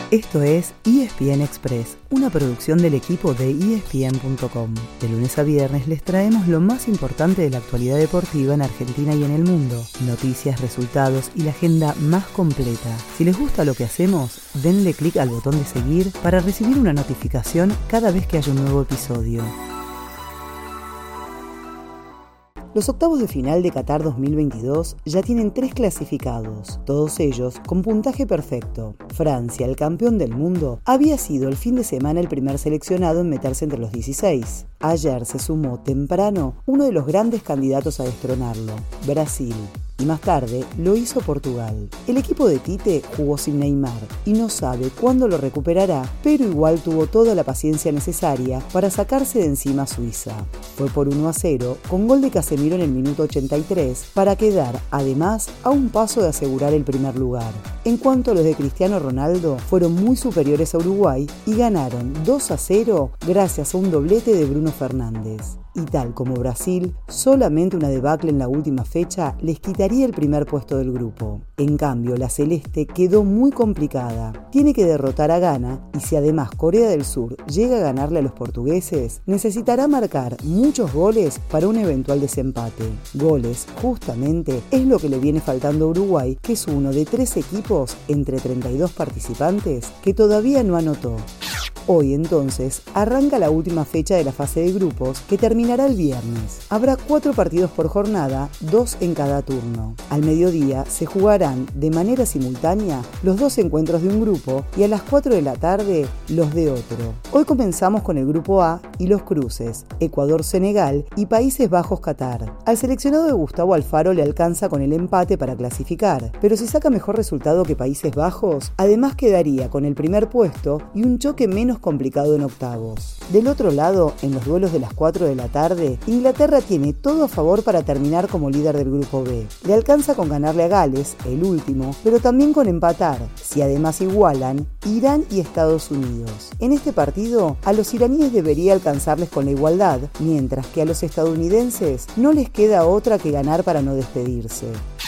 Esto es ESPN Express, una producción del equipo de ESPN.com. De lunes a viernes les traemos lo más importante de la actualidad deportiva en Argentina y en el mundo. Noticias, resultados y la agenda más completa. Si les gusta lo que hacemos, denle clic al botón de seguir para recibir una notificación cada vez que haya un nuevo episodio. Los octavos de final de Qatar 2022 ya tienen 3 clasificados, todos ellos con puntaje perfecto. Francia, el campeón del mundo, había sido el fin de semana el primer seleccionado en meterse entre los 16. Ayer se sumó temprano uno de los grandes candidatos a destronarlo, Brasil. Y más tarde lo hizo Portugal. El equipo de Tite jugó sin Neymar y no sabe cuándo lo recuperará, pero igual tuvo toda la paciencia necesaria para sacarse de encima a Suiza. Fue por 1-0 con gol de Casemiro en el minuto 83 para quedar, además, a un paso de asegurar el primer lugar. En cuanto a los de Cristiano Ronaldo, fueron muy superiores a Uruguay y ganaron 2-0 gracias a un doblete de Bruno Fernández. Y tal como Brasil, solamente una debacle en la última fecha les quitaría el primer puesto del grupo. En cambio, la celeste quedó muy complicada. Tiene que derrotar a Ghana y si además Corea del Sur llega a ganarle a los portugueses, necesitará marcar muchos goles para un eventual desempate. Goles, justamente, es lo que le viene faltando a Uruguay, que es uno de 3 equipos entre 32 participantes que todavía no anotó. Hoy entonces arranca la última fecha de la fase de grupos que terminará el viernes. Habrá 4 partidos por jornada, 2 en cada turno. Al mediodía se jugarán de manera simultánea los 2 encuentros de un grupo y a las 4 de la tarde los de otro. Hoy comenzamos con el grupo A y los cruces, Ecuador-Senegal y Países Bajos-Qatar. Al seleccionado de Gustavo Alfaro le alcanza con el empate para clasificar, pero si saca mejor resultado que Países Bajos, además quedaría con el primer puesto y un choque menos complicado en octavos. Del otro lado, en los duelos de las 4 de la tarde, Inglaterra tiene todo a favor para terminar como líder del grupo B. Le alcanza con ganarle a Gales, el último, pero también con empatar, si además igualan Irán y Estados Unidos. En este partido, a los iraníes debería alcanzarles con la igualdad, mientras que a los estadounidenses no les queda otra que ganar para no despedirse.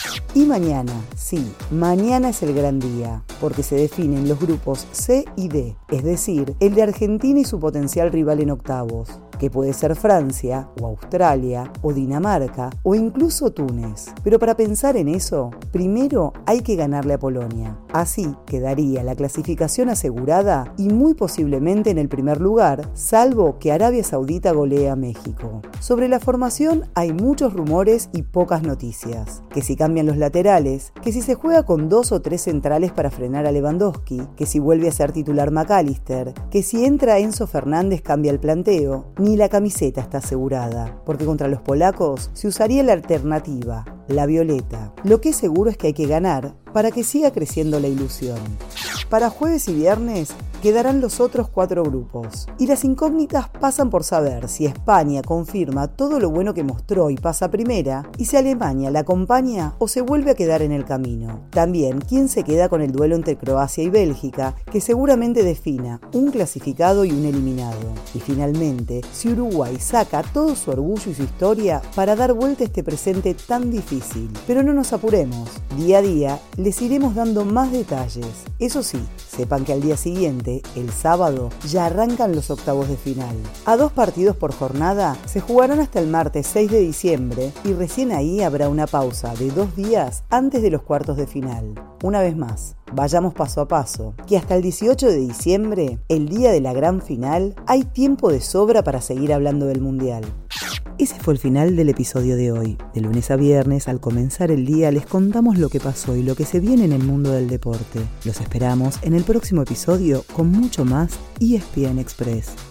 Y mañana, sí, mañana es el gran día, porque se definen los grupos C y D, es decir, el de Argentina y su potencial rival en octavos, que puede ser Francia, o Australia, o Dinamarca, o incluso Túnez. Pero para pensar en eso, primero hay que ganarle a Polonia. Así quedaría la clasificación asegurada y muy posiblemente en el primer lugar, salvo que Arabia Saudita golee a México. Sobre la formación hay muchos rumores y pocas noticias. Que si cambian los laterales, que si se juega con 2 o 3 centrales para frenar a Lewandowski, que si vuelve a ser titular McAllister, que si entra Enzo Fernández cambia el planteo, ni la camiseta está asegurada, porque contra los polacos se usaría la alternativa, la violeta. Lo que es seguro es que hay que ganar para que siga creciendo la ilusión. Para jueves y viernes quedarán los otros 4 grupos. Y las incógnitas pasan por saber si España confirma todo lo bueno que mostró y pasa primera, y si Alemania la acompaña o se vuelve a quedar en el camino. También quién se queda con el duelo entre Croacia y Bélgica, que seguramente defina un clasificado y un eliminado. Y finalmente, si Uruguay saca todo su orgullo y su historia para dar vuelta a este presente tan difícil. Pero no nos apuremos, día a día les iremos dando más detalles. Eso sí, sepan que al día siguiente, el sábado, ya arrancan los octavos de final. A 2 partidos por jornada se jugarán hasta el martes 6 de diciembre y recién ahí habrá una pausa de 2 días antes de los cuartos de final. Una vez más, vayamos paso a paso, que hasta el 18 de diciembre, el día de la gran final, hay tiempo de sobra para seguir hablando del Mundial. Ese fue el final del episodio de hoy. De lunes a viernes, al comenzar el día, les contamos lo que pasó y lo que se viene en el mundo del deporte. Los esperamos en el próximo episodio con mucho más ESPN Express.